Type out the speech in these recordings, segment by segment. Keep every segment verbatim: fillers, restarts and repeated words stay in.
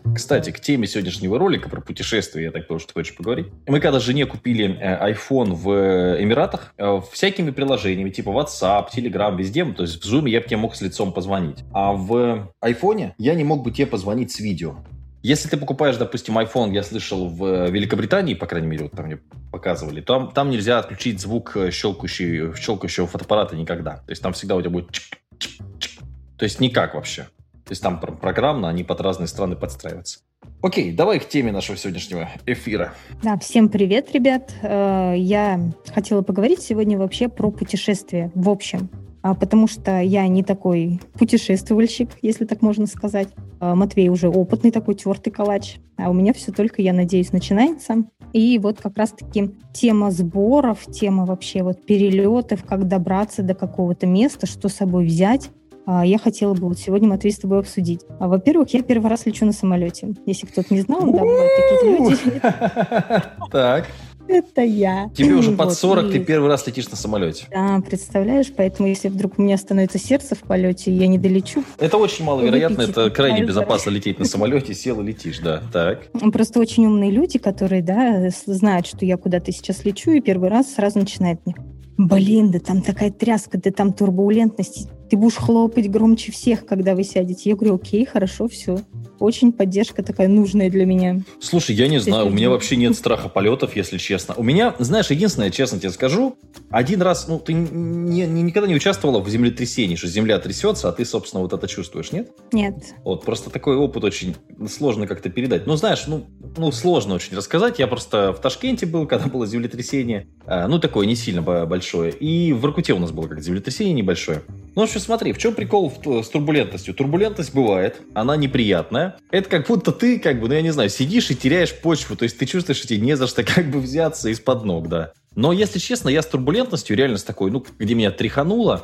Кстати, к теме сегодняшнего ролика про путешествия, я так понял, что хочешь поговорить. Мы когда жене купили э, iPhone в э, Эмиратах, э, всякими приложениями, типа WhatsApp, Telegram, везде, то есть в Zoom я бы тебе мог с лицом позвонить. А в iPhone я не мог бы тебе позвонить с видео. Если ты покупаешь, допустим, iPhone, я слышал, в Великобритании, по крайней мере, вот там мне показывали, там, там нельзя отключить звук щелкающий, щелкающего фотоаппарата никогда. То есть там всегда у тебя будет чик-чик-чик. То есть никак вообще. То есть там программно они под разные страны подстраиваются. Окей, давай к теме нашего сегодняшнего эфира. Да, всем привет, ребят. Я хотела поговорить сегодня вообще про путешествия в общем. Потому что я не такой путешествовальщик, если так можно сказать. Матвей уже опытный такой тертый калач. А у меня все только, я надеюсь, начинается. И вот как раз-таки тема сборов, тема вообще вот перелетов, как добраться до какого-то места, что с собой взять. Я хотела бы вот сегодня, Матвей, с тобой обсудить. Во-первых, я первый раз лечу на самолете. Если кто-то не знал, да, бывают такие люди. Так. Это я. Тебе уже под сорок, ты первый раз летишь на самолете. Да, представляешь? Поэтому если вдруг у меня становится сердце в полете, и я не долечу... Это очень маловероятно, это крайне безопасно лететь на самолете, сел и летишь, да. Так. Просто очень умные люди, которые, да, знают, что я куда-то сейчас лечу, и первый раз сразу начинают мне: блин, да там такая тряска, да там турбулентность, ты будешь хлопать громче всех, когда вы сядете. Я говорю, окей, хорошо, все. Очень поддержка такая нужная для меня. Слушай, я не знаю, у меня вообще нет страха полетов, если честно. У меня, знаешь, единственное, честно тебе скажу, один раз, ну, ты не, не, никогда не участвовала в землетрясении, что земля трясется, а ты, собственно, вот это чувствуешь, нет? Нет. Вот, просто такой опыт очень сложно как-то передать. Ну, знаешь, ну, ну сложно очень рассказать. Я просто в Ташкенте был, когда было землетрясение. А, ну, такое не сильно большое. И в Воркуте у нас было как землетрясение небольшое. Ну, в общем, смотри, в чем прикол с турбулентностью? Турбулентность бывает, она неприятная. Это как будто ты, как бы, ну, я не знаю, сидишь и теряешь почву. То есть ты чувствуешь, что тебе не за что как бы взяться из-под ног, да. Но, если честно, я с турбулентностью реально с такой, ну, где меня тряхануло,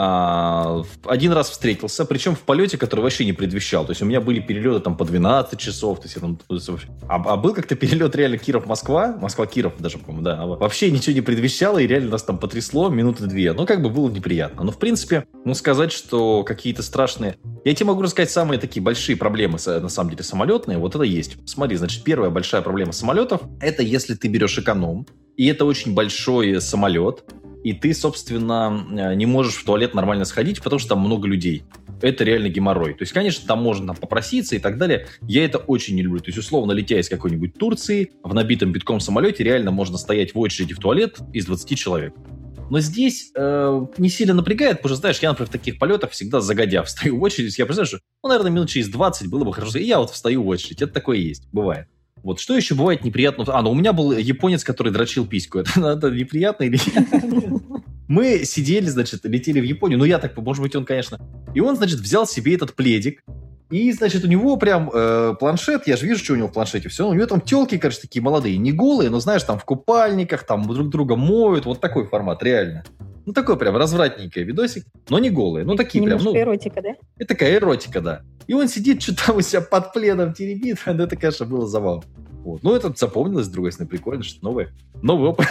а, один раз встретился, причем в полете, который вообще не предвещал. То есть у меня были перелеты там по двенадцать часов, то есть, я там, а, а был как-то перелет реально Киров-Москва, Москва-Киров даже, по-моему, да. Вообще ничего не предвещало, и реально нас там потрясло минуты две. Ну, как бы было неприятно. Но, в принципе, ну, сказать, что какие-то страшные... Я тебе могу рассказать самые такие большие проблемы, на самом деле, самолетные. Вот это есть. Смотри, значит, первая большая проблема самолетов, это если ты берешь эконом, и это очень большой самолет, и ты, собственно, не можешь в туалет нормально сходить, потому что там много людей. Это реально геморрой. То есть, конечно, там можно там попроситься и так далее. Я это очень не люблю. То есть, условно, летя из какой-нибудь Турции, в набитом битком самолете реально можно стоять в очереди в туалет из двадцати человек. Но здесь э, не сильно напрягает, потому что, знаешь, я, например, в таких полетах всегда загодя встаю в очередь. Я представляю, что, ну, наверное, минут через двадцать было бы хорошо. И я вот встаю в очередь. Это такое есть. Бывает. Вот что еще бывает неприятно? А, ну у меня был японец, который дрочил письку. Это, это неприятно или нет? Мы сидели, значит, летели в Японию. Ну, я так, может быть, он, конечно... И он, значит, взял себе этот пледик. И, значит, у него прям э, планшет. Я же вижу, что у него в планшете. Все, у него там телки, конечно, такие молодые. Не голые, но, знаешь, там в купальниках, там друг друга моют. Вот такой формат, реально. Ну, такой прям развратненький видосик, но не голые. Ну, такие немножко прям, ну... эротика, да? Это такая эротика, да. И он сидит, что там у себя под пледом теребит. Это, конечно, было забавно. Вот. Ну, это запомнилось, с другой стороны, прикольно, что новое. Новый опыт.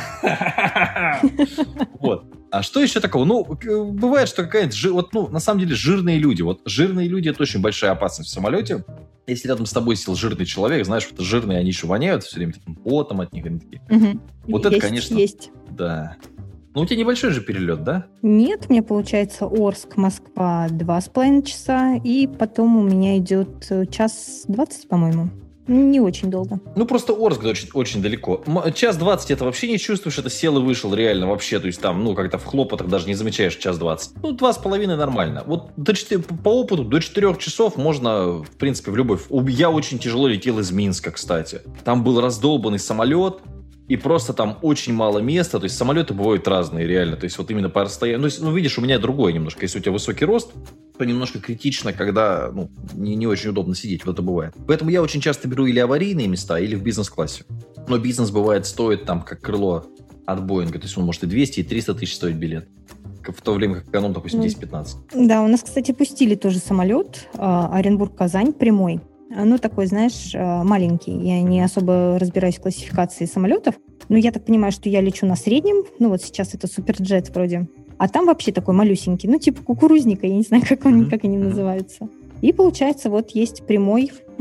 Вот. А что еще такого? Ну, бывает, что какая-то... Вот, ну, на самом деле, жирные люди. Вот жирные люди — это очень большая опасность в самолете. Если рядом с тобой сел жирный человек, знаешь, вот жирные, они еще воняют все время таким потом от них. Они такие. Угу. Вот есть, это, конечно... Есть. Да. Ну, у тебя небольшой же перелет, да? Нет, мне получается Орск, Москва два с половиной часа, и потом у меня идет час двадцать, по-моему. Не очень долго. Ну, просто Орск очень, очень далеко. Час двадцать это вообще не чувствуешь, это сел и вышел реально вообще. То есть там, ну, как-то в хлопотах даже не замечаешь час двадцать. Ну, два с половиной нормально. Вот до четырех, по опыту до четырех часов можно, в принципе, в любой... Я очень тяжело летел из Минска, кстати. Там был раздолбанный самолет, и просто там очень мало места. То есть самолеты бывают разные, реально. То есть вот именно по расстоянию... Ну, ну видишь, у меня другое немножко. Если у тебя высокий рост, то немножко критично, когда ну, не, не очень удобно сидеть. Вот это бывает. Поэтому я очень часто беру или аварийные места, или в бизнес-классе. Но бизнес, бывает, стоит там, как крыло от Боинга. То есть он может и двести, и триста тысяч стоить билет. В то время как эконом, допустим, десять-пятнадцать. Да, у нас, кстати, пустили тоже самолет Оренбург-Казань прямой. Ну, такой, знаешь, маленький. Я не особо разбираюсь в классификации самолетов, но я так понимаю, что я лечу на среднем. Ну, вот сейчас это суперджет вроде. А там вообще такой малюсенький, ну, типа кукурузника, я не знаю, как, он, как они называются. И получается, вот есть прямой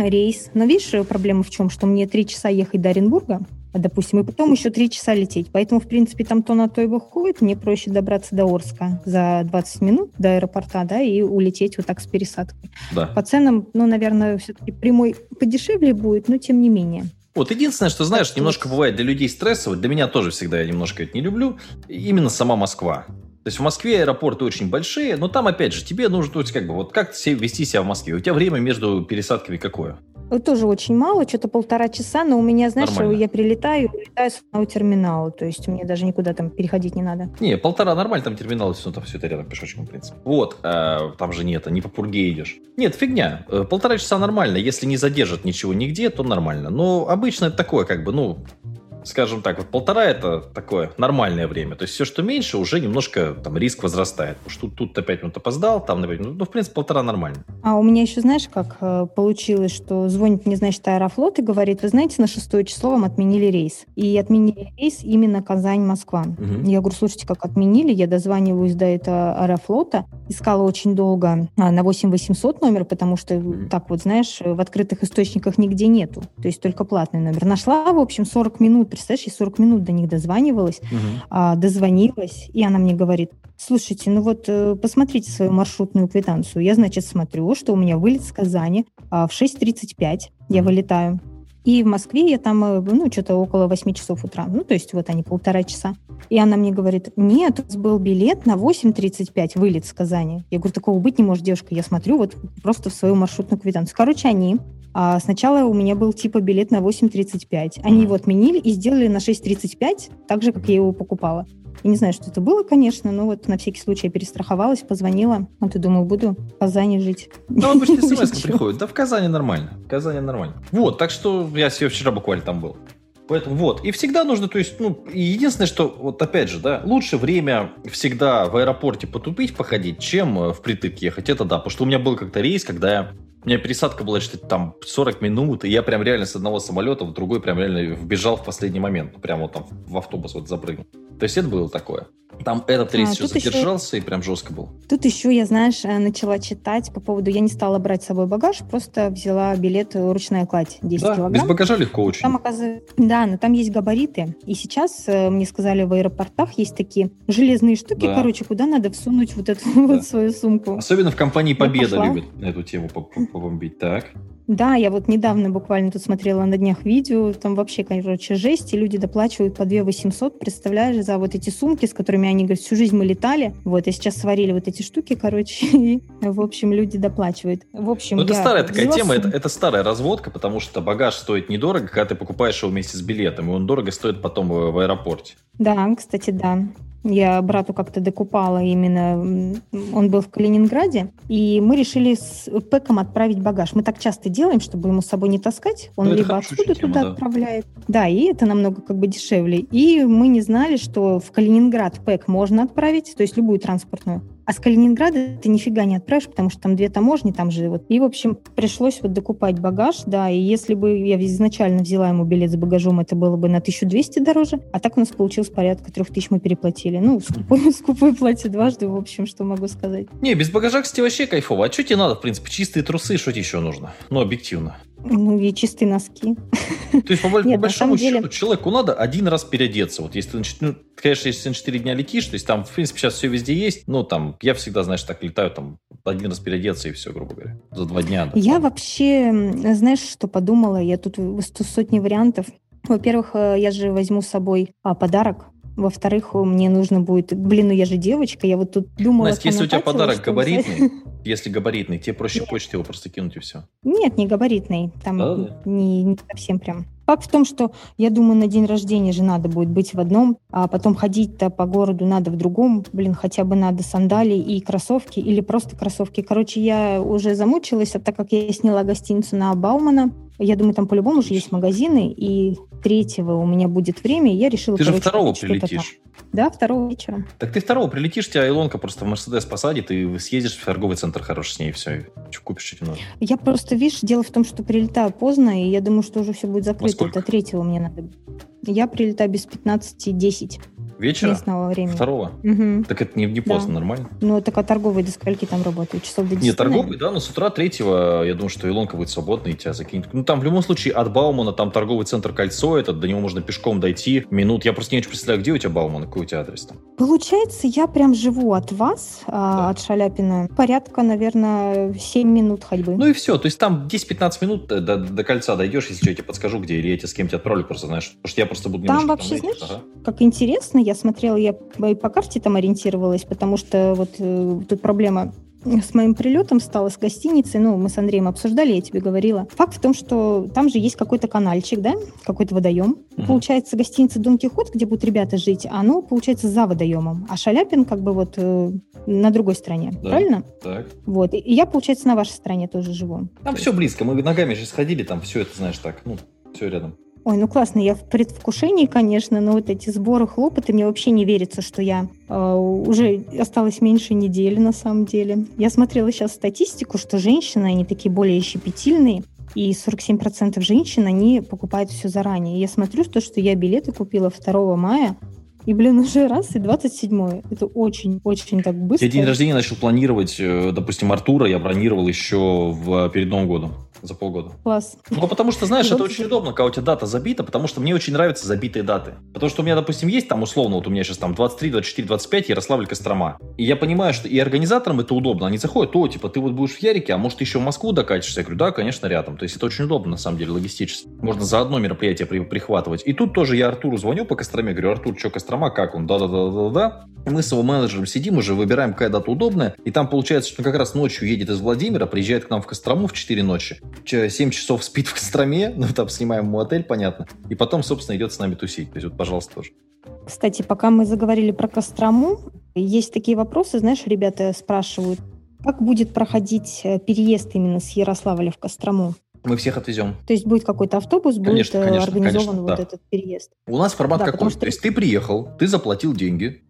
рейс. Но видишь, проблема в чем? Что мне три часа ехать до Оренбурга, допустим, и потом еще три часа лететь. Поэтому, в принципе, там то на то и выходит. Мне проще добраться до Орска за двадцать минут до аэропорта, да, и улететь вот так с пересадкой. Да. По ценам, ну, наверное, все-таки прямой подешевле будет, но тем не менее. Вот единственное, что, знаешь, так, немножко вот... бывает для людей стрессово, для меня тоже всегда я немножко это не люблю, именно сама Москва. То есть в Москве аэропорты очень большие, но там, опять же, тебе нужно, то есть, как бы, вот как вести себя в Москве? У тебя время между пересадками какое? Тоже очень мало, что-то полтора часа, но у меня, знаешь, нормально. Я прилетаю, улетаю с одного терминала, то есть мне даже никуда там переходить не надо. Не, полтора нормально, там терминал, все, там все это рядом пешочком, в принципе. Вот, э, там же нет, не по пурге идешь. Нет, фигня, э, полтора часа нормально, если не задержат ничего нигде, то нормально. Но обычно это такое, как бы, ну... Скажем так, вот полтора это такое нормальное время. То есть все, что меньше, уже немножко там риск возрастает. Потому что тут, тут опять минут опоздал, там на пять минут. Ну, в принципе, полтора нормально. А у меня еще, знаешь, как э, получилось, что звонит мне, значит, Аэрофлот и говорит, вы знаете, на шестое число вам отменили рейс. И отменили рейс именно Казань-Москва. Угу. Я говорю, слушайте, как отменили? Я дозваниваюсь до этого Аэрофлота. Искала очень долго а, на восемь восемьсот номер, потому что угу. так вот, знаешь, в открытых источниках нигде нету. То есть только платный номер. Нашла, в общем, сорок минут. Представляешь, я сорок минут до них дозванивалась, uh-huh. а, дозвонилась, и она мне говорит, слушайте, ну вот э, посмотрите свою маршрутную квитанцию. Я, значит, смотрю, что у меня вылет с Казани а, в шесть тридцать пять, uh-huh. я вылетаю. И в Москве я там, ну, что-то около восемь часов утра. Ну, то есть вот они полтора часа. И она мне говорит, нет, у нас был билет на восемь тридцать пять, вылет с Казани. Я говорю, такого быть не может, девушка. Я смотрю вот просто в свою маршрутную квитанцию. Короче, они... А сначала у меня был типа билет на восемь тридцать пять. Они его отменили и сделали на шесть тридцать пять, так же, как я его покупала. Я не знаю, что это было, конечно, но вот на всякий случай я перестраховалась, позвонила. Вот и думаю, буду в Казани жить. Ну, он почти смс приходит. Да в Казани нормально. В Казани нормально. Вот, так что я вчера буквально там был. Поэтому вот. И всегда нужно, то есть, ну, единственное, что, вот опять же, да, лучше время всегда в аэропорте потупить, походить, чем впритык ехать. Это да, потому что у меня был как-то рейс, когда я... У меня пересадка была что-то там сорок минут, и я прям реально с одного самолета в другой прям реально вбежал в последний момент. Прям вот там в автобус вот запрыгнул. То есть это было такое. Там этот рейс а, еще задержался еще... и прям жестко был. Тут еще я, знаешь, начала читать по поводу... Я не стала брать с собой багаж, просто взяла билет ручная кладь десять да, килограмм. Без багажа легко очень. Там, оказывается... Да, но там есть габариты. И сейчас, мне сказали, в аэропортах есть такие железные штуки, да. короче, куда надо всунуть вот эту да. вот свою сумку. Особенно в компании «Победа» любят на эту тему побомбить. Так. Да, я вот недавно буквально тут смотрела на днях видео, там вообще, короче, жесть, и люди доплачивают по две тысячи восемьсот, представляешь, за вот эти сумки, с которыми они, говорят, всю жизнь мы летали, вот, и сейчас сварили вот эти штуки, короче, и, в общем, люди доплачивают. В общем, ну, это старая такая тема, сум... это, это старая разводка, потому что багаж стоит недорого, когда ты покупаешь его вместе с билетом, и он дорого стоит потом в, в аэропорте. Да, кстати, да. Я брату как-то докупала именно, он был в Калининграде, и мы решили с пэком отправить багаж. Мы так часто делаем, чтобы ему с собой не таскать, он ну, либо отсюда тема, туда да. отправляет. Да, и это намного как бы дешевле. И мы не знали, что в Калининград пэк можно отправить, то есть любую транспортную. А с Калининграда ты нифига не отправишь, потому что там две таможни, там же вот. И, в общем, пришлось вот докупать багаж, да, и если бы я изначально взяла ему билет с багажом, это было бы на тысячу двести дороже, а так у нас получилось порядка трех тысяч мы переплатили. Ну, скупой, скупой платье дважды, в общем, что могу сказать. Не, без багажа, кстати, вообще кайфово. А что тебе надо, в принципе? Чистые трусы, что тебе еще нужно? Ну, объективно. Ну, и чистые носки. То есть, по, Нет, по большому счету, деле... человеку надо один раз переодеться. Вот если ты, ну, конечно, если на четыре дня летишь, то есть там, в принципе, сейчас все везде есть, ну, там, я всегда, знаешь, так летаю, там, один раз переодеться и все, грубо говоря, за два дня. Да, я там. вообще, знаешь, что подумала? Я тут сотни вариантов. Во-первых, я же возьму с собой а, подарок. Во-вторых, мне нужно будет... Блин, ну я же девочка, я вот тут думала... Настя, если у тебя подарок габаритный, если габаритный, тебе проще почте его просто кинуть и все. Нет, не габаритный. Там да, да. Не, не совсем прям. Факт в том, что, я думаю, на день рождения же надо будет быть в одном, а потом ходить-то по городу надо в другом. Блин, хотя бы надо сандалии и кроссовки, или просто кроссовки. Короче, я уже замучилась, а так как я сняла гостиницу на Баумана, я думаю, там по-любому уже есть магазины, и третьего у меня будет время, и я решила... Ты короче, же второго прилетишь. Да, второго вечера. Так ты второго прилетишь, тебя Илонка просто в Мерседес посадит, и съездишь в торговый центр хороший с ней, и все, и что купишь, что тебе надо. Я просто, видишь, дело в том, что прилетаю поздно, и я думаю, что уже все будет закрыто. Это третьего мне надо. Я прилетаю без пятнадцати десять. Вечера? Местного времени. Второго? Угу. Так это не, не поздно, Да. нормально? Ну, так а торговые до скольки там работают? Часов до десяти? Нет, торговый, наверное? да, но с утра третьего, я думаю, что Илонка будет свободна и тебя закинет. Ну, там в любом случае от Баумана, там торговый центр Кольцо, этот, до него можно пешком дойти минут. Я просто не очень представляю, где у тебя Бауман, какой у тебя адрес там. Получается, я прям живу от вас, а, Да. от Шаляпина, порядка, наверное, семь минут ходьбы. Ну и все, то есть там десять-пятнадцать минут до, до- до Кольца дойдешь, если что, я тебе подскажу, где, или я тебе с кем тебя отправлю, просто знаешь, потому что я просто буду Там немножко вообще, найти. знаешь, Ага. как интересно, я смотрела, я и по карте там ориентировалась, потому что вот э, тут проблема с моим прилетом стала с гостиницей, ну, мы с Андреем обсуждали, я тебе говорила. Факт в том, что там же есть какой-то канальчик, да, какой-то водоем. Мгм. Получается, гостиница Дон Кихот, где будут ребята жить, оно, получается, за водоемом, а Шаляпин как бы вот э, на другой стороне, Да. правильно? Так. Вот, и и я, получается, на вашей стороне тоже живу. Там все близко, мы ногами же сходили, там все это, знаешь, так, ну, все рядом. Ой, ну классно, я в предвкушении, конечно, но вот эти сборы, хлопоты, мне вообще не верится, что я э, уже осталось меньше недели на самом деле. Я смотрела сейчас статистику, что женщины, они такие более щепетильные, и сорок семь процентов женщин, они покупают все заранее. Я смотрю, то, что я билеты купила второго мая, и, блин, уже раз, и двадцать седьмое. Это очень-очень так быстро. Я день рождения начал планировать, э, допустим, Артура я бронировал еще в, перед Новым годом, за полгода. Класс. Ну, потому что, знаешь, И вот это очень удобно, когда у тебя дата забита, потому что мне очень нравятся забитые даты. Потому что у меня, допустим, есть там, условно, вот у меня сейчас там двадцать три, двадцать четыре, двадцать пять, Ярославль, Кострома. И я понимаю, что и организаторам это удобно. Они заходят, о, типа, ты вот будешь в Ярике, а может, ты еще в Москву докатишься? Я говорю, да, конечно, рядом. То есть это очень удобно, на самом деле, логистически. Можно за одно мероприятие при- прихватывать. И тут тоже я Артуру звоню по Костроме, говорю, Артур, что, Кострома, как он? Да-да-да-да-да. И мы с его менеджером сидим уже, выбираем, какая дата удобная. И там получается, что он как раз ночью едет из Владимира, приезжает к нам в Кострому в четыре ночи. семь часов спит в Костроме, ну, там снимаем ему отель, понятно. И потом, собственно, идет с нами тусить. То есть, вот, пожалуйста, тоже. Кстати, пока мы заговорили про Кострому, есть такие вопросы, знаешь, ребята спрашивают, как будет проходить э, переезд именно с Ярославля в Кострому? Мы всех отвезем. То есть будет какой-то автобус, будет Конечно, э, конечно, организован конечно, вот да. этот переезд. У нас формат Да, какой? потому что- То есть ты приехал, ты заплатил деньги,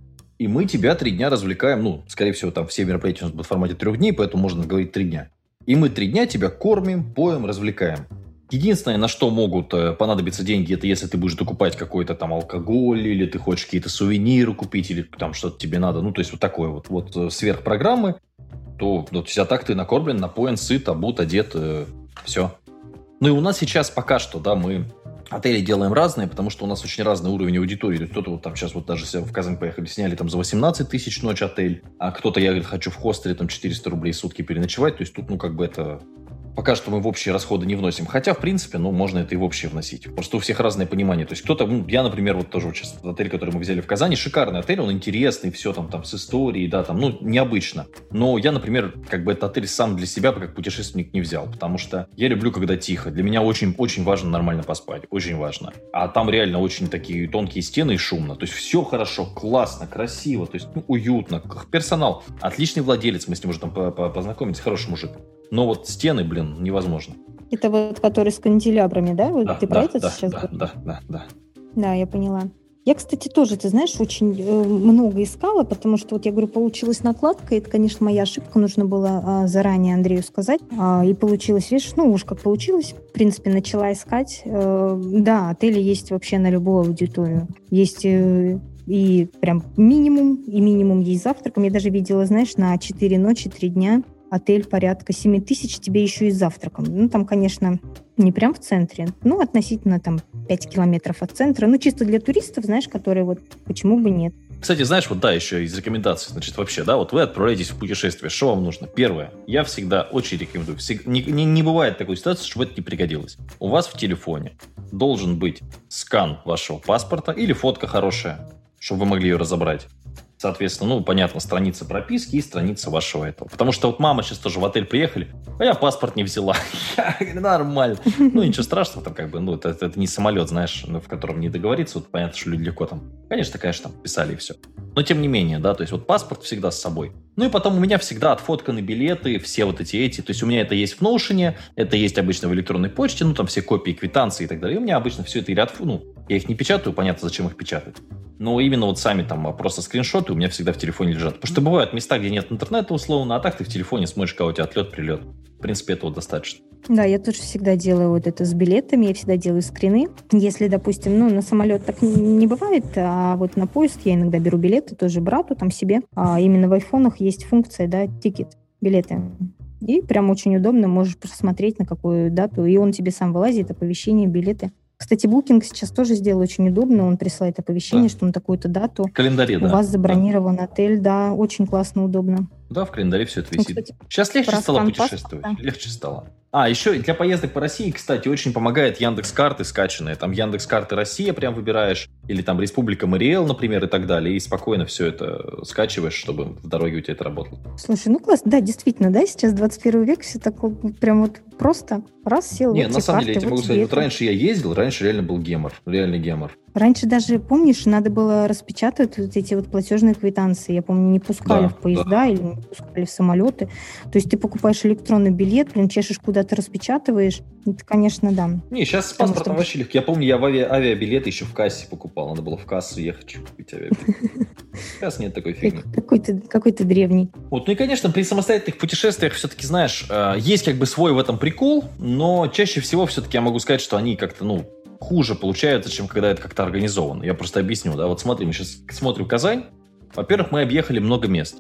и мы тебя три дня развлекаем. Ну, скорее всего, там все мероприятия у нас будут в формате трех дней, поэтому можно говорить три дня. И мы три дня тебя кормим, поем, развлекаем. Единственное, на что могут э, понадобиться деньги, это если ты будешь докупать какой-то там алкоголь, или ты хочешь какие-то сувениры купить, или там что-то тебе надо. Ну, то есть вот такое вот, вот э, сверхпрограммы, то ну, а так ты накормлен, напоен, сыт, обут, одет, э, все. Ну и у нас сейчас пока что, да, мы отели делаем разные, потому что у нас очень разный уровень аудитории. То есть кто-то вот там сейчас вот даже в Казань поехали, сняли там за восемнадцать тысяч ночь отель, а кто-то, я говорю, хочу в хостеле там четыреста рублей в сутки переночевать. То есть тут, ну, как бы это... Пока что мы в общие расходы не вносим. Хотя, в принципе, ну, можно это и в общие вносить. Просто у всех разное понимание. То есть кто-то, ну, я, например, вот тоже вот сейчас отель, который мы взяли в Казани, шикарный отель, он интересный, все там, там с историей, да, там, ну, необычно. Но я, например, как бы этот отель сам для себя, как путешественник, не взял. Потому что я люблю, когда тихо. Для меня очень, очень важно нормально поспать. Очень важно. А там реально очень такие тонкие стены и шумно. То есть все хорошо, классно, красиво, то есть ну, уютно. Персонал. Отличный владелец, мы с ним уже там познакомились, хороший мужик. Но вот стены, блин, невозможно. Это вот который с канделябрами, да? Вот Да, ты да, про это да, сейчас да, говоришь? да, да, да. Да, я поняла. Я, кстати, тоже, ты знаешь, очень э, много искала, потому что, вот я говорю, получилась накладка, это, конечно, моя ошибка, нужно было э, заранее Андрею сказать, а, и получилось, видишь, ну уж как получилось, в принципе, начала искать. Э, да, отели есть вообще на любую аудиторию. Есть э, и прям минимум, и минимум есть завтраком. Я даже видела, знаешь, на четыре ночи, три дня отель порядка семь тысяч, тебе еще и с завтраком. Ну, там, конечно, не прям в центре, ну, относительно там пять километров от центра. Ну, чисто для туристов, знаешь, которые вот, почему бы нет. Кстати, знаешь, вот да, еще из рекомендаций, значит, вообще, да, вот вы отправляетесь в путешествие, что вам нужно? Первое, я всегда очень рекомендую, всег... не, не, не бывает такой ситуации, чтобы это не пригодилось. У вас в телефоне должен быть скан вашего паспорта или фотка хорошая, чтобы вы могли ее разобрать. Соответственно, ну, понятно, страница прописки и страница вашего этого. Потому что вот мама сейчас тоже в отель приехали, а я паспорт не взяла. Я говорю, нормально. Ну, ничего страшного, там как бы, ну, это, это не самолет, знаешь, в котором не договориться. Вот понятно, что люди легко там, конечно, конечно, там писали и все. Но тем не менее, да, то есть вот паспорт всегда с собой. Ну и потом у меня всегда отфотканы билеты, все вот эти эти. То есть у меня это есть в Notion, это есть обычно в электронной почте, ну, там все копии, квитанции и так далее. И у меня обычно все это и ряд, ну, я их не печатаю, понятно, зачем их печатать. Но именно вот сами там просто скриншоты у меня всегда в телефоне лежат. Потому что бывают места, где нет интернета условно, а так ты в телефоне смотришь, когда у тебя отлет, прилет. В принципе, этого достаточно. Да, я тоже всегда делаю вот это с билетами, я всегда делаю скрины. Если, допустим, ну, на самолет так не бывает, а вот на поезд я иногда беру билеты, тоже брату, там себе. А именно в айфонах есть функция, да, тикет, билеты. И прям очень удобно, можешь посмотреть, на какую дату, и он тебе сам вылазит, оповещение, билеты. Кстати, Booking сейчас тоже сделал очень удобно, он присылает оповещение, да, что на такую-то дату в календаре, у да, вас забронирован да. отель, да, очень классно, удобно. Да, в календаре все это висит. Ну, кстати, сейчас легче стало путешествовать, паспорта. легче стало. А, еще для поездок по России, кстати, очень помогает Яндекс.Карты скачанные. Там Яндекс.Карты Россия прям выбираешь, или там Республика Мариэл, например, и так далее, и спокойно все это скачиваешь, чтобы в дороге у тебя это работало. Слушай, ну классно, да, действительно, да, сейчас двадцать первый век, все так прям вот просто раз сел. Нет, вот на самом карты, деле, я тебе вот могу сказать, это. вот раньше я ездил, раньше реально был гемор, реальный гемор. Раньше даже, помнишь, надо было распечатать вот эти вот платежные квитанции. Я помню, не пускали Да, в поезда да. или не пускали в самолеты. То есть ты покупаешь электронный билет, блин, чешешь куда-то, распечатываешь. Это, конечно, да. Не, сейчас с Потому паспортом что- вообще легко. Я помню, я в ави- авиабилеты еще в кассе покупал. Надо было в кассу ехать, чтобы купить авиабилет. Сейчас нет такой фигни. Как- Какой-то, какой-то древний. Вот, ну и, конечно, при самостоятельных путешествиях все-таки, знаешь, э, есть как бы свой в этом прикол, но чаще всего все-таки я могу сказать, что они как-то, ну, хуже получаются, чем когда это как-то организовано. Я просто объясню, да, вот смотри, мы сейчас смотрим Казань. Во-первых, мы объехали много мест.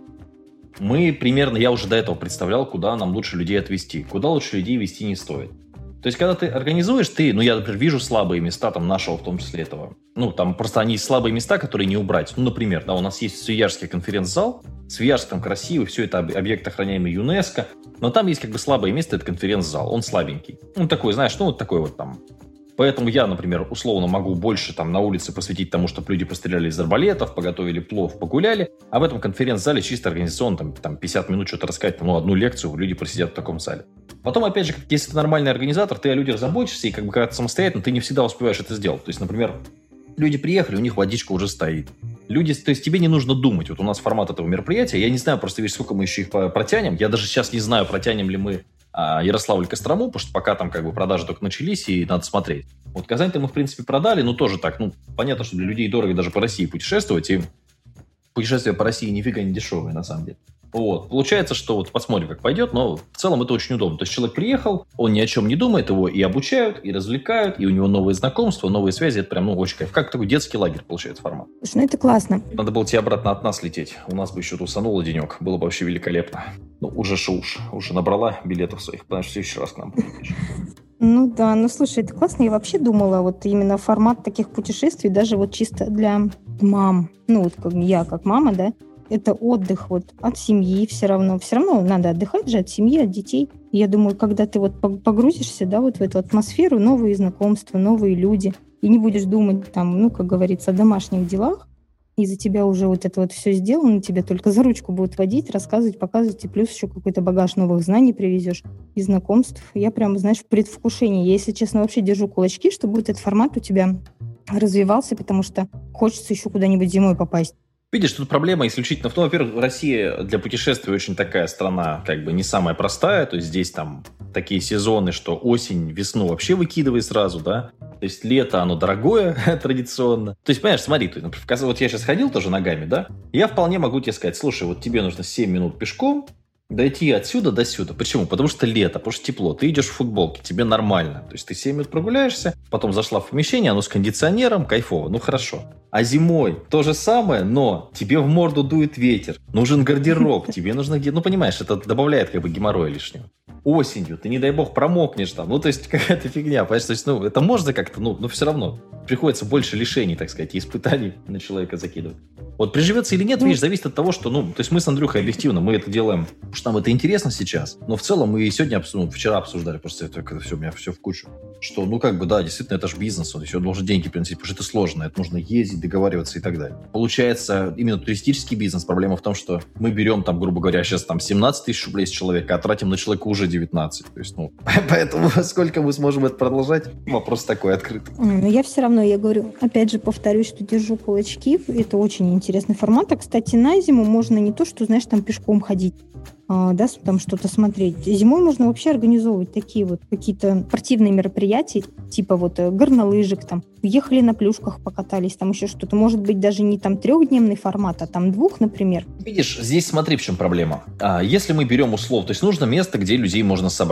Мы примерно, я уже до этого представлял, куда нам лучше людей отвезти, куда лучше людей везти не стоит. То есть, когда ты организуешь, ты, ну, я, например, вижу слабые места, там, нашего, в том числе этого. Ну, там просто они слабые места, которые не убрать. Ну, например, да, у нас есть Свияжский конференц-зал. Свияжск там красивый, все это об- объект, охраняемый ЮНЕСКО. Но там есть как бы слабое место, это конференц-зал. Он слабенький. Ну, такой, знаешь, ну, вот такой вот там. Поэтому я, например, условно могу больше там на улице посвятить тому, чтобы люди постреляли из арбалетов, поготовили плов, погуляли. А в этом конференц-зале чисто организационно там, там пятьдесят минут что-то рассказать, ну, одну лекцию, люди просидят в таком зале. Потом, опять же, если ты нормальный организатор, ты о людях заботишься, и как бы когда ты самостоятельно, ты не всегда успеваешь это сделать. То есть, например, люди приехали, у них водичка уже стоит. Люди, то есть тебе не нужно думать. Вот у нас формат этого мероприятия, я не знаю просто, видишь, сколько мы еще их по- протянем. Я даже сейчас не знаю, протянем ли мы а, Ярославль-Кострому, потому что пока там как бы продажи только начались, и надо смотреть. Вот Казань-то мы, в принципе, продали, но тоже так, ну, понятно, что для людей дорого даже по России путешествовать, и путешествие по России нифига не дешевое, на самом деле. Вот. Получается, что вот посмотрим, как пойдет, но в целом это очень удобно. То есть человек приехал, он ни о чем не думает, его и обучают, и развлекают, и у него новые знакомства, новые связи. Это прям, ну, очень кайф. Как такой детский лагерь получается формат. Слушай, ну это классно. Надо было тебе обратно от нас лететь. У нас бы еще тусануло денек. Было бы вообще великолепно. Ну, уже шуш. Уже набрала билетов своих, потому что в следующий раз к нам полетишь. Ну да, ну слушай, это классно. Я вообще думала, вот именно формат таких путешествий, даже вот чисто для мам. Ну вот как я как мама, да, это отдых вот от семьи все равно. Все равно надо отдыхать же от семьи, от детей. И я думаю, когда ты вот погрузишься, да, вот в эту атмосферу, новые знакомства, новые люди, и не будешь думать там, ну, как говорится, о домашних делах, и за тебя уже вот это вот все сделано, тебя только за ручку будут водить, рассказывать, показывать, и плюс еще какой-то багаж новых знаний привезешь и знакомств. Я прям, знаешь, в предвкушении. Я, если честно, вообще держу кулачки, чтобы вот этот формат у тебя развивался, потому что хочется еще куда-нибудь зимой попасть. Видишь, тут проблема исключительно в том, во-первых, Россия для путешествий очень такая страна, как бы не самая простая, то есть здесь там такие сезоны, что осень, весну вообще выкидывай сразу, да, то есть лето, оно дорогое традиционно. То есть, понимаешь, смотри, ты, например, вот я сейчас ходил тоже ногами, да, я вполне могу тебе сказать, слушай, вот тебе нужно семь минут пешком дойти отсюда до сюда. Почему? Потому что лето, потому что тепло. Ты идешь в футболке, тебе нормально. То есть ты семь минут прогуляешься, потом зашла в помещение, оно с кондиционером, кайфово, ну хорошо. А зимой то же самое, но тебе в морду дует ветер, нужен гардероб, тебе нужно где... Ну, понимаешь, это добавляет как бы геморроя лишнего. Осенью ты, не дай бог, промокнешь там. Ну, то есть какая-то фигня, понимаешь? То есть, ну, это можно как-то, ну, но все равно приходится больше лишений, так сказать, и испытаний на человека закидывать. Вот приживется или нет, видишь, зависит от того, что, ну, то есть мы с Андрюхой объективно, мы это делаем, потому что нам это интересно сейчас, но в целом мы и сегодня, ну, вчера обсуждали, просто это, это все, у меня все в кучу, что, ну, как бы, да, действительно, это же бизнес, он еще должен деньги приносить, потому что это сложно, это нужно ездить, договариваться и так далее. Получается, именно туристический бизнес, проблема в том, что мы берем там, грубо говоря, сейчас там семнадцать тысяч рублей с человека, а тратим на человека уже девятнадцать, то есть, ну, поэтому сколько мы сможем это продолжать, вопрос такой открытый. Но я все равно, я говорю, опять же, повторюсь, что держу кулачки, это очень интересный формат, а, кстати, на зиму можно не то, что, знаешь, там пешком ходить, а, да, там что-то смотреть. Зимой можно вообще организовывать такие вот какие-то спортивные мероприятия, типа вот горнолыжек, там, уехали на плюшках, покатались, там еще что-то. Может быть, даже не там трехдневный формат, а там двух, например. Видишь, здесь смотри, в чем проблема. А, если мы берем услов, то есть нужно место, где людей можно собрать.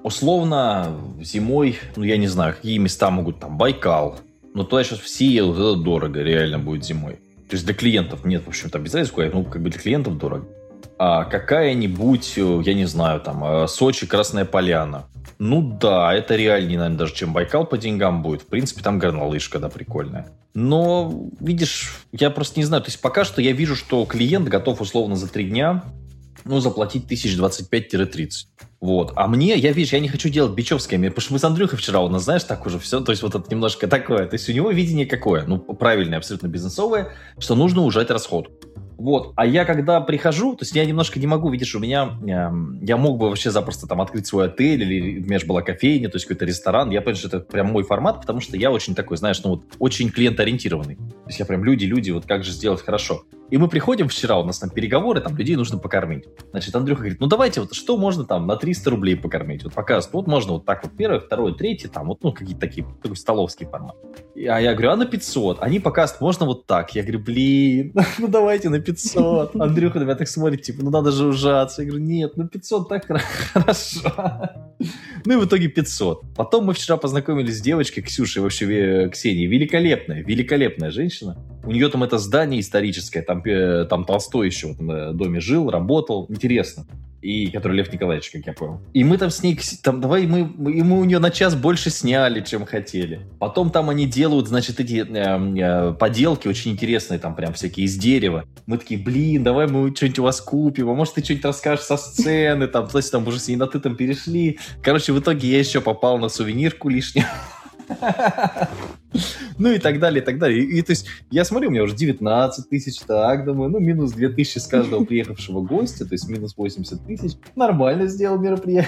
условно, зимой, ну, я не знаю, какие места могут, там, Байкал. Но туда сейчас все едут, это дорого, реально будет зимой. То есть для клиентов нет, в общем-то, без разницы, куда, ну, как бы для клиентов дорого. А какая-нибудь, я не знаю, там, Сочи, Красная Поляна. Ну да, это реальнее, наверное, даже, чем Байкал по деньгам будет. В принципе, там горнолыжка, да, прикольная. Но, видишь, я просто не знаю. То есть пока что я вижу, что клиент готов условно за три дня, ну, заплатить тысяч двадцать пять тридцать. Вот. А мне, я, видишь, я не хочу делать бичевское, потому что мы с Андрюхой вчера у нас, знаешь, так уже все, то есть вот это немножко такое. То есть у него видение какое? Ну, правильное, абсолютно бизнесовое, что нужно ужать расход. Вот. А я когда прихожу, то есть я немножко не могу, видишь, у меня, я, я мог бы вообще запросто там открыть свой отель, или у меня же была кофейня, то есть какой-то ресторан. Я понимаю, что это прям мой формат, потому что я очень такой, знаешь, ну вот очень клиентоориентированный. То есть я прям люди, люди, вот как же сделать хорошо. И мы приходим вчера, у нас там переговоры, там людей нужно покормить. Значит, Андрюха говорит, ну давайте вот что можно там на триста рублей покормить? Вот показывает, вот можно вот так вот первое, второе, третье, там вот, ну какие-то такие, такой столовский формат. А я говорю, а на пятьсот? Они показывают, можно вот так. Я говорю, блин, ну давайте на пятьсот. Андрюха на меня так смотрит, типа, ну надо же ужаться. Я говорю, нет, ну пятьсот так хорошо. Ну и в итоге пятьсот. Потом мы вчера познакомились с девочкой Ксюшей, вообще Ксенией. Великолепная, великолепная женщина. У нее там это здание историческое, там, там Толстой еще в этом доме жил, работал. Интересно. И который Лев Николаевич, как я понял. И мы там с ней, там, давай, мы, мы, мы у нее на час больше сняли, чем хотели. Потом там они делают, значит, эти э, э, поделки очень интересные, там прям всякие из дерева. Мы такие, блин, давай мы что-нибудь у вас купим, а может ты что-нибудь расскажешь со сцены, там, то есть там уже с ней на ты там перешли. Короче, в итоге я еще попал на сувенирку лишнюю. Ну и так далее, и так далее. И, и то есть я смотрю, у меня уже девятнадцать тысяч, так, думаю, ну минус две тысячи с каждого приехавшего гостя, то есть минус восемьдесят тысяч. Нормально сделал мероприятие.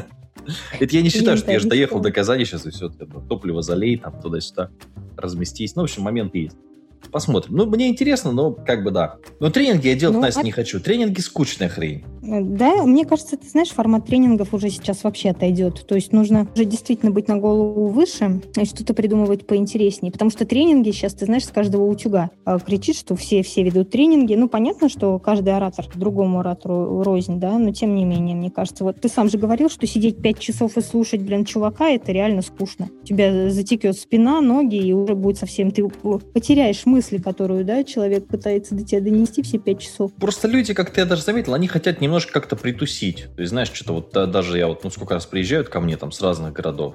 Это я не считаю, что я же доехал до Казани сейчас, и все, топливо залей, там туда-сюда разместись. Ну, в общем, момент есть. Посмотрим. Ну, мне интересно, но как бы да. Но тренинги я делать, ну, Настя, а... не хочу. Тренинги скучная хрень. Да, мне кажется, ты знаешь, формат тренингов уже сейчас вообще отойдет. То есть нужно уже действительно быть на голову выше и что-то придумывать поинтереснее. Потому что тренинги сейчас, ты знаешь, с каждого утюга кричит, что все, все ведут тренинги. Ну, понятно, что каждый оратор другому оратору рознь, да, но тем не менее, мне кажется, вот ты сам же говорил, что сидеть пять часов и слушать, блин, чувака, это реально скучно. У тебя затекет спина, ноги, и уже будет совсем... Ты потеряешь мысли, которую, да, человек пытается до тебя донести все пять часов. Просто люди, как ты, я даже заметил, они хотят немножко как-то притусить. То есть, знаешь, что-то вот да, даже я вот, ну, сколько раз приезжают ко мне там с разных городов,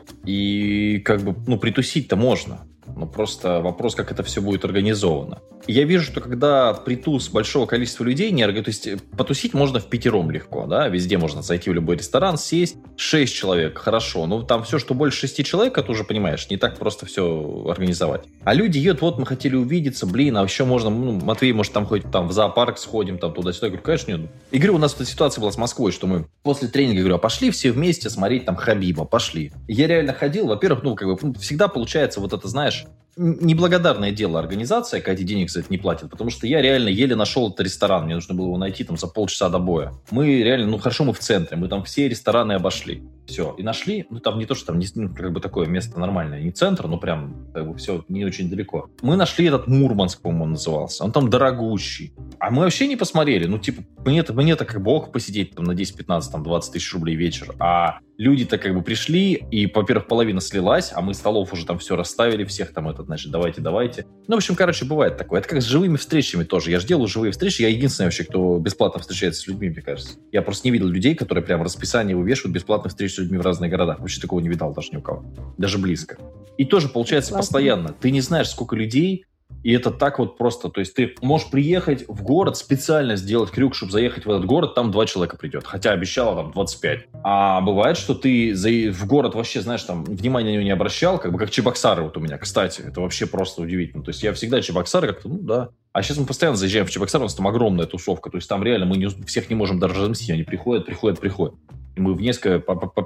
и как бы, ну, притусить-то можно. Но просто вопрос, как это все будет организовано. И я вижу, что когда притус большого количества людей, не, то есть потусить можно в пятером легко, да, везде можно зайти в любой ресторан, сесть, шесть человек, хорошо, но там все, что больше шести человек, это уже, понимаешь, не так просто все организовать. А люди едут, вот мы хотели увидеться, блин, а еще можно, ну, Матвей, может, там хоть там в зоопарк сходим, там туда-сюда. Я говорю, конечно, нет. И говорю, у нас эта ситуация была с Москвой, что мы после тренинга, говорю, а пошли все вместе смотреть там Хабиба, пошли. И я реально ходил, во-первых, ну, как бы, ну, всегда получается вот это, знаешь, неблагодарное дело организация, когда тебе денег за это не платят, потому что я реально еле нашел этот ресторан, мне нужно было его найти там за полчаса до боя. Мы реально, ну хорошо, мы в центре, мы там все рестораны обошли. Все, и нашли, ну там не то, что там не, ну, как бы такое место нормальное, не центр, но прям как бы все не очень далеко. Мы нашли этот Мурманск, по-моему, он назывался, он там дорогущий. А мы вообще не посмотрели, ну типа, мне-то, мне-то как бог посидеть там на десять, пятнадцать, там двадцать тысяч рублей вечер, а люди-то как бы пришли, и, во-первых, половина слилась, а мы столов уже там все расставили, всех там этот, значит, давайте, давайте. Ну, в общем, короче, бывает такое. Это как с живыми встречами тоже. Я же делаю живые встречи, я единственный вообще, кто бесплатно встречается с людьми, мне кажется. Я просто не видел людей, которые прям расписание вывешивают бесплатных встреч с людьми в разных городах. Вообще такого не видал даже ни у кого. Даже близко. И тоже получается Классно. Постоянно. Ты не знаешь, сколько людей. И это так вот просто, то есть ты можешь приехать в город, специально сделать крюк, чтобы заехать в этот город, там два человека придет, хотя обещала там двадцать пять. А бывает, что ты за... в город вообще, знаешь, там внимания на него не обращал, как бы как Чебоксары вот у меня, кстати, это вообще просто удивительно. То есть я всегда Чебоксары как-то, ну да. А сейчас мы постоянно заезжаем в Чебоксары, у нас там огромная тусовка, то есть там реально мы не... всех не можем даже разместить, они приходят, приходят, приходят. И мы в несколько...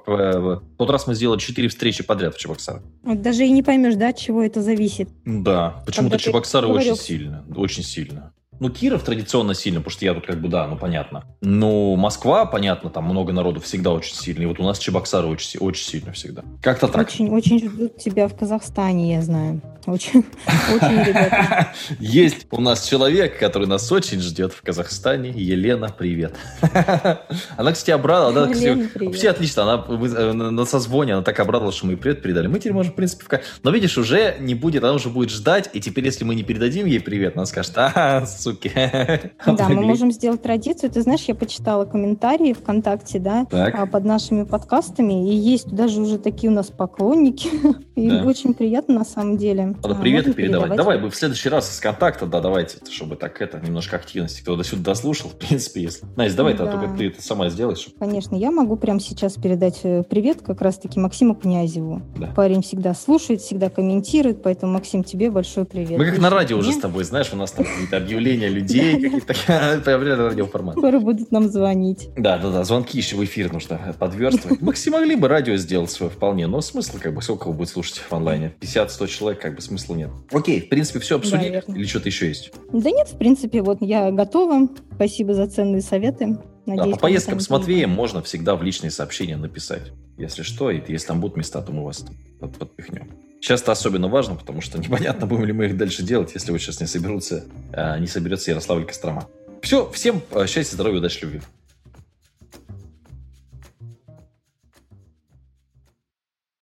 В тот раз мы сделали четыре встречи подряд в Чебоксарах. Вот даже и не поймешь, да, от чего это зависит. Да, почему-то Чебоксары очень сильно, очень сильно. Ну, Киров традиционно сильно, потому что я тут как бы, да, ну, понятно. Ну, Москва, понятно, там много народу всегда очень сильно. И вот у нас Чебоксары очень, очень сильно всегда. Как-то так. Очень, очень ждут тебя в Казахстане, я знаю. Очень, очень, ребята. Есть у нас человек, который нас очень ждет в Казахстане. Елена, привет. Она, кстати, обрадовала. Она, Елена, кстати, привет. вообще отлично. Она мы, на, на созвоне, она так обрадовалась, что мы ей привет передали. Мы теперь можем, в принципе, в... Но видишь, уже не будет, она уже будет ждать. И теперь, если мы не передадим ей привет, она скажет: а, суки. Да, мы можем сделать традицию. Ты знаешь, я почитала комментарии ВКонтакте, да, Так. под нашими подкастами, и есть даже уже такие у нас поклонники. И Да. очень приятно на самом деле. Надо А, приветы можно передавать. передавать. Давай, мы в следующий раз из контакта, да, давайте, чтобы так это, немножко активности. Кто до сюда дослушал, в принципе, если. Настя, давай, Да. только ты это сама сделаешь. Конечно, я могу прямо сейчас передать э, привет как раз-таки Максиму Князеву. Да. Парень всегда слушает, всегда комментирует, поэтому, Максим, тебе большой привет. Мы как Лично на радио от уже меня. с тобой, знаешь, у нас там какие-то объявления людей, какие-то появляются радиоформат. Скоро будут нам звонить. Да, да, да, звонки еще в эфир нужно подверстывать. Максим, могли бы радио сделать свое вполне, но смысл, как бы, сколько его будет слушать в онлайне? пятьдесят-сто человек, как бы, смысла нет. Окей, в принципе, все обсудили. верно. Или что-то еще есть? Да нет, в принципе, вот я готова. Спасибо за ценные советы. Да, Надеюсь, по поездкам мы с станем Матвеем можно всегда в личные сообщения написать. Если что, и если там будут места, то мы вас под- подпихнем. Сейчас это особенно важно, потому что непонятно, будем ли мы их дальше делать, если вот сейчас не соберутся, а, не соберется Ярославль Кострома. Все, всем а, счастья, здоровья, удачи, любви.